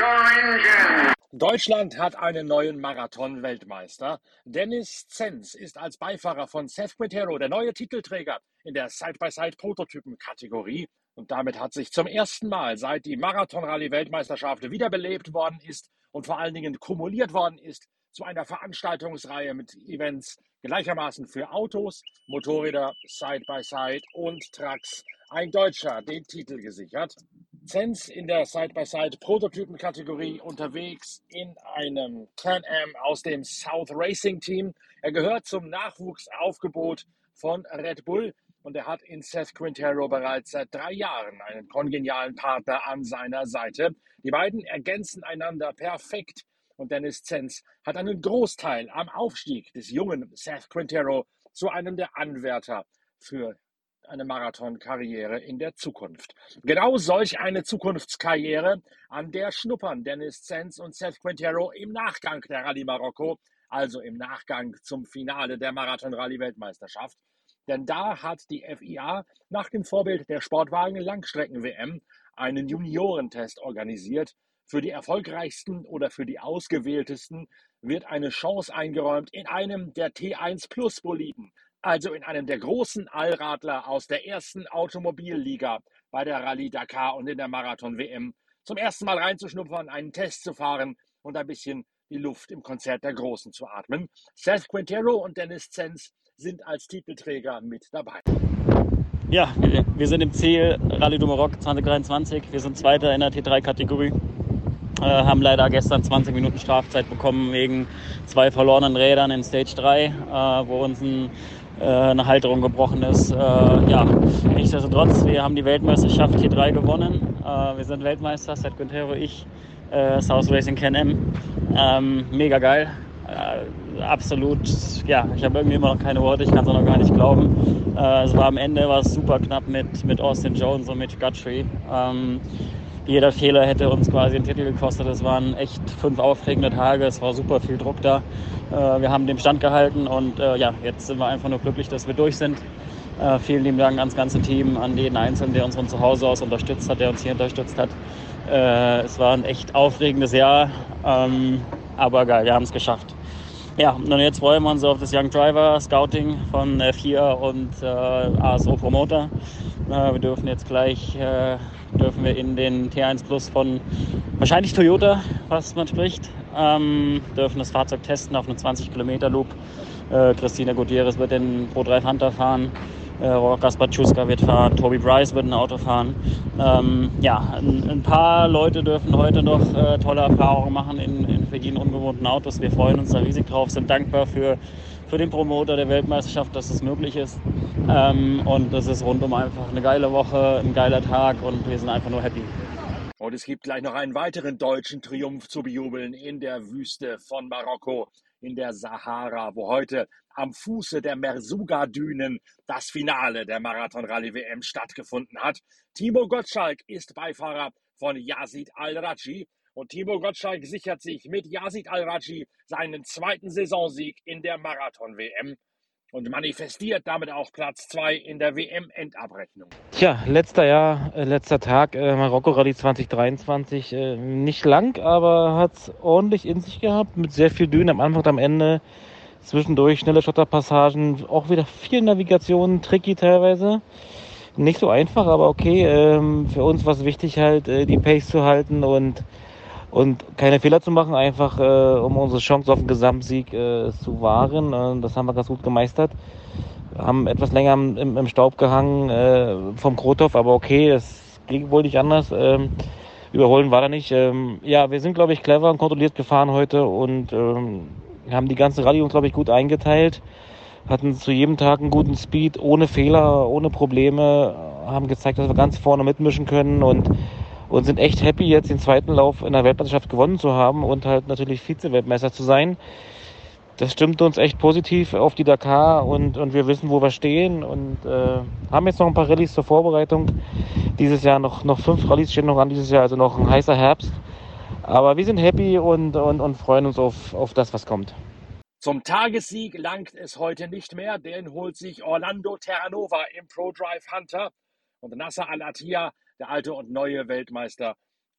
Deutschland hat einen neuen Marathon-Weltmeister. Dennis Zenz ist als Beifahrer von Seth Quintero der neue Titelträger in der Side-by-Side-Prototypen-Kategorie. Und damit hat sich zum ersten Mal, seit die Marathon-Rallye-Weltmeisterschaft wiederbelebt worden ist und vor allen Dingen kumuliert worden ist, zu einer Veranstaltungsreihe mit Events gleichermaßen für Autos, Motorräder, Side-by-Side und Trucks ein Deutscher den Titel gesichert. Zenz in der Side-by-Side-Prototypen-Kategorie unterwegs in einem Can-Am aus dem South Racing Team. Er gehört zum Nachwuchsaufgebot von Red Bull und er hat in Seth Quintero bereits seit 3 Jahren einen kongenialen Partner an seiner Seite. Die beiden ergänzen einander perfekt und Dennis Zenz hat einen Großteil am Aufstieg des jungen Seth Quintero zu einem der Anwärter für eine Marathonkarriere in der Zukunft. Genau solch eine Zukunftskarriere, an der schnuppern Dennis Zenz und Seth Quintero im Nachgang der Rallye Marokko, also im Nachgang zum Finale der Marathon-Rallye-Weltmeisterschaft. Denn da hat die FIA nach dem Vorbild der Sportwagen-Langstrecken-WM einen Juniorentest organisiert. Für die erfolgreichsten oder für die ausgewähltesten wird eine Chance eingeräumt in einem der T1 Plus Boliden, also in einem der großen Allradler aus der ersten Automobilliga bei der Rallye Dakar und in der Marathon-WM, zum ersten Mal reinzuschnuppern, einen Test zu fahren und ein bisschen die Luft im Konzert der Großen zu atmen. Seth Quintero und Dennis Zenz sind als Titelträger mit dabei. Ja, wir sind im Ziel Rallye du Maroc 2023. Wir sind Zweiter in der T3-Kategorie. Haben leider gestern 20 Minuten Strafzeit bekommen wegen 2 verlorenen Rädern in Stage 3, wo uns eine Halterung gebrochen ist. Nichtsdestotrotz, wir haben die Weltmeisterschaft T3 gewonnen. Wir sind Weltmeister, Seth Quintero, ich, South Racing Can-Am. Mega geil. Absolut, ja, ich habe irgendwie immer noch keine Worte, ich kann es noch gar nicht glauben. Es war am Ende super knapp mit Austin Jones und mit Guthrie. Jeder Fehler hätte uns quasi den Titel gekostet. Es waren echt 5 aufregende Tage, es war super viel Druck da. Wir haben den Stand gehalten und jetzt sind wir einfach nur glücklich, dass wir durch sind. Vielen lieben Dank ans ganze Team, an jeden Einzelnen, der uns von zu Hause aus unterstützt hat, der uns hier unterstützt hat. Es war ein echt aufregendes Jahr, aber geil, wir haben es geschafft. Ja, und jetzt freuen wir uns auf das Young Driver Scouting von FIA und ASO Promoter. Wir dürfen jetzt gleich in den T1 Plus von wahrscheinlich Toyota, was man spricht, dürfen das Fahrzeug testen auf einem 20-Kilometer-Loop. Christina Gutierrez wird den Pro 3 Hunter fahren, Kaspar Tschuska wird fahren, Toby Bryce wird ein Auto fahren. Ein paar Leute dürfen heute noch tolle Erfahrungen machen in für jeden ungewohnten Autos. Wir freuen uns da riesig drauf, sind dankbar für den Promoter der Weltmeisterschaft, dass es möglich ist. Und das ist rundum einfach eine geile Woche, ein geiler Tag und wir sind einfach nur happy. Und es gibt gleich noch einen weiteren deutschen Triumph zu bejubeln in der Wüste von Marokko, in der Sahara, wo heute am Fuße der Merzouga-Dünen das Finale der Marathon-Rallye-WM stattgefunden hat. Timo Gottschalk ist Beifahrer von Yazid Al-Rajhi und Timo Gottschalk sichert sich mit Yazid Al-Rajhi seinen 2. Saisonsieg in der Marathon-WM und manifestiert damit auch Platz 2 in der WM-Endabrechnung. Tja, letzter Tag Marokko Rallye 2023. Nicht lang, aber hat es ordentlich in sich gehabt, mit sehr viel Dünen am Anfang und am Ende. Zwischendurch schnelle Schotterpassagen, auch wieder viel Navigation, tricky teilweise. Nicht so einfach, aber okay. Für uns war es wichtig, halt die Pace zu halten und keine Fehler zu machen, einfach um unsere Chance auf den Gesamtsieg zu wahren. Das haben wir ganz gut gemeistert. Haben etwas länger im Staub gehangen vom Krothoff, aber okay, das ging wohl nicht anders. Überholen war da nicht. Wir sind, glaube ich, clever und kontrolliert gefahren heute und haben die ganze Rallye uns, glaube ich, gut eingeteilt. Hatten zu jedem Tag einen guten Speed, ohne Fehler, ohne Probleme. Haben gezeigt, dass wir ganz vorne mitmischen können und sind echt happy, jetzt den 2. Lauf in der Weltmeisterschaft gewonnen zu haben und halt natürlich Vize-Weltmeister zu sein. Das stimmt uns echt positiv auf die Dakar und wir wissen, wo wir stehen und haben jetzt noch ein paar Rallyes zur Vorbereitung. Dieses Jahr noch 5 Rallyes stehen noch an dieses Jahr, also noch ein heißer Herbst. Aber wir sind happy und freuen uns auf das, was kommt. Zum Tagessieg langt es heute nicht mehr. Den holt sich Orlando Terranova im Pro Drive Hunter und Nasser Al-Attiyah, der alte und neue Weltmeister,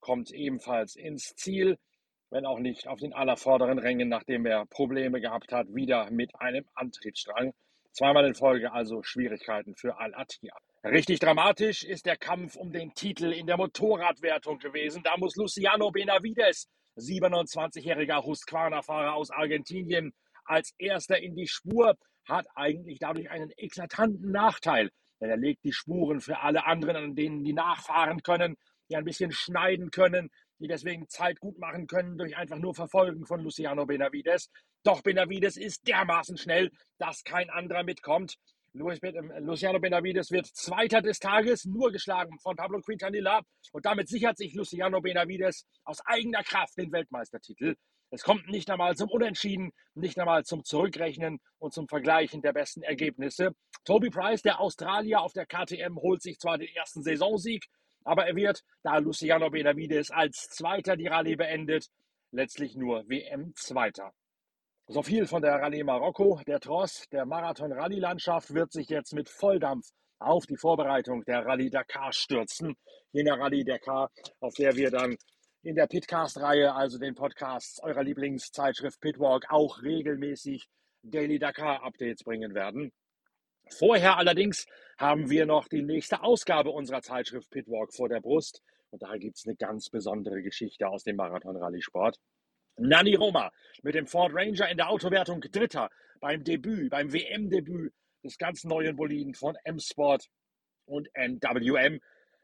kommt ebenfalls ins Ziel, wenn auch nicht auf den allervorderen Rängen, nachdem er Probleme gehabt hat, wieder mit einem Antriebsstrang. Zweimal in Folge also Schwierigkeiten für Al-Attiyah. Richtig dramatisch ist der Kampf um den Titel in der Motorradwertung gewesen. Da muss Luciano Benavides, 27-jähriger Husqvarna-Fahrer aus Argentinien, als erster in die Spur, hat eigentlich dadurch einen eklatanten Nachteil. Denn er legt die Spuren für alle anderen, an denen die nachfahren können, die ein bisschen schneiden können, die deswegen Zeit gut machen können durch einfach nur Verfolgen von Luciano Benavides. Doch Benavides ist dermaßen schnell, dass kein anderer mitkommt. Luciano Benavides wird Zweiter des Tages, nur geschlagen von Pablo Quintanilla. Und damit sichert sich Luciano Benavides aus eigener Kraft den Weltmeistertitel. Es kommt nicht einmal zum Unentschieden, nicht einmal zum Zurückrechnen und zum Vergleichen der besten Ergebnisse. Toby Price, der Australier auf der KTM, holt sich zwar den ersten Saisonsieg, aber er wird, da Luciano Benavides als Zweiter die Rallye beendet, letztlich nur WM-Zweiter. So viel von der Rallye Marokko. Der Tross der Marathon-Rallye-Landschaft wird sich jetzt mit Volldampf auf die Vorbereitung der Rallye Dakar stürzen. Jener Rallye Dakar, auf der wir dann in der Pitcast-Reihe, also den Podcasts eurer Lieblingszeitschrift Pitwalk, auch regelmäßig Daily Dakar-Updates bringen werden. Vorher allerdings haben wir noch die nächste Ausgabe unserer Zeitschrift Pitwalk vor der Brust. Und da gibt es eine ganz besondere Geschichte aus dem Marathon-Rallye-Sport. Nani Roma mit dem Ford Ranger in der Autowertung Dritter beim Debüt, beim WM-Debüt des ganz neuen Boliden von M-Sport und NWM.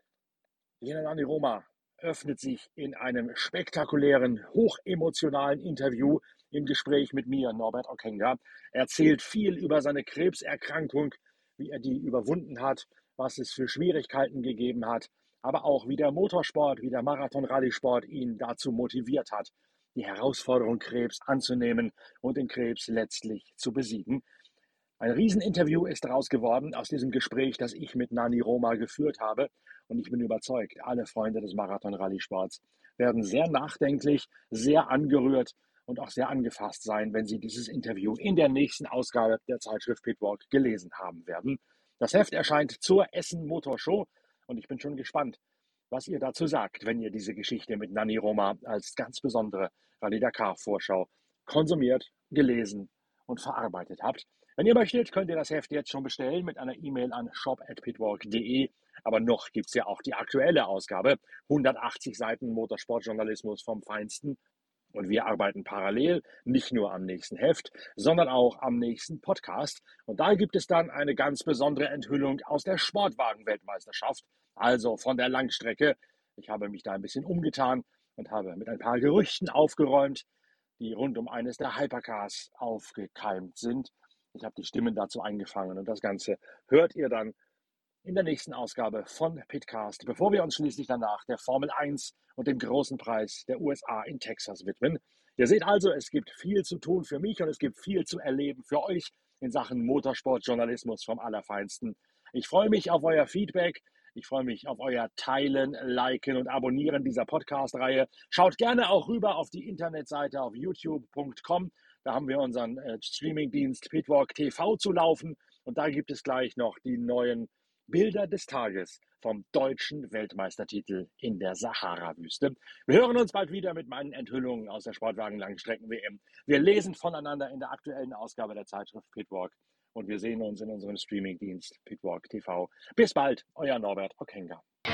Jener Nani Roma öffnet sich in einem spektakulären, hochemotionalen Interview im Gespräch mit mir, Norbert Okenga. Er erzählt viel über seine Krebserkrankung, wie er die überwunden hat, was es für Schwierigkeiten gegeben hat, aber auch wie der Motorsport, wie der Marathon-Rallye-Sport ihn dazu motiviert hat, die Herausforderung, Krebs anzunehmen und den Krebs letztlich zu besiegen. Ein Rieseninterview ist daraus geworden aus diesem Gespräch, das ich mit Nani Roma geführt habe. Und ich bin überzeugt, alle Freunde des Marathon-Rallye-Sports werden sehr nachdenklich, sehr angerührt und auch sehr angefasst sein, wenn sie dieses Interview in der nächsten Ausgabe der Zeitschrift Pitwalk gelesen haben werden. Das Heft erscheint zur Essen Motor Show und ich bin schon gespannt, was ihr dazu sagt, wenn ihr diese Geschichte mit Nani Roma als ganz besondere Rallye Dakar Vorschau konsumiert, gelesen und verarbeitet habt. Wenn ihr möchtet, könnt ihr das Heft jetzt schon bestellen mit einer E-Mail an shop@pitwalk.de. Aber noch gibt es ja auch die aktuelle Ausgabe, 180 Seiten Motorsportjournalismus vom Feinsten. Und wir arbeiten parallel nicht nur am nächsten Heft, sondern auch am nächsten Podcast. Und da gibt es dann eine ganz besondere Enthüllung aus der Sportwagen-Weltmeisterschaft, also von der Langstrecke. Ich habe mich da ein bisschen umgetan und habe mit ein paar Gerüchten aufgeräumt, die rund um eines der Hypercars aufgekeimt sind. Ich habe die Stimmen dazu eingefangen und das Ganze hört ihr dann in der nächsten Ausgabe von Pitcast, bevor wir uns schließlich danach der Formel 1 und dem großen Preis der USA in Texas widmen. Ihr seht also, es gibt viel zu tun für mich und es gibt viel zu erleben für euch in Sachen Motorsportjournalismus vom Allerfeinsten. Ich freue mich auf euer Feedback. Ich freue mich auf euer Teilen, Liken und Abonnieren dieser Podcast-Reihe. Schaut gerne auch rüber auf die Internetseite auf youtube.com. Da haben wir unseren Streamingdienst Pitwalk TV zu laufen. Und da gibt es gleich noch die neuen Bilder des Tages vom deutschen Weltmeistertitel in der Sahara-Wüste. Wir hören uns bald wieder mit meinen Enthüllungen aus der Sportwagen-Langstrecken-WM. Wir lesen voneinander in der aktuellen Ausgabe der Zeitschrift Pitwalk und wir sehen uns in unserem Streamingdienst Pitwalk TV. Bis bald, euer Norbert Okenga.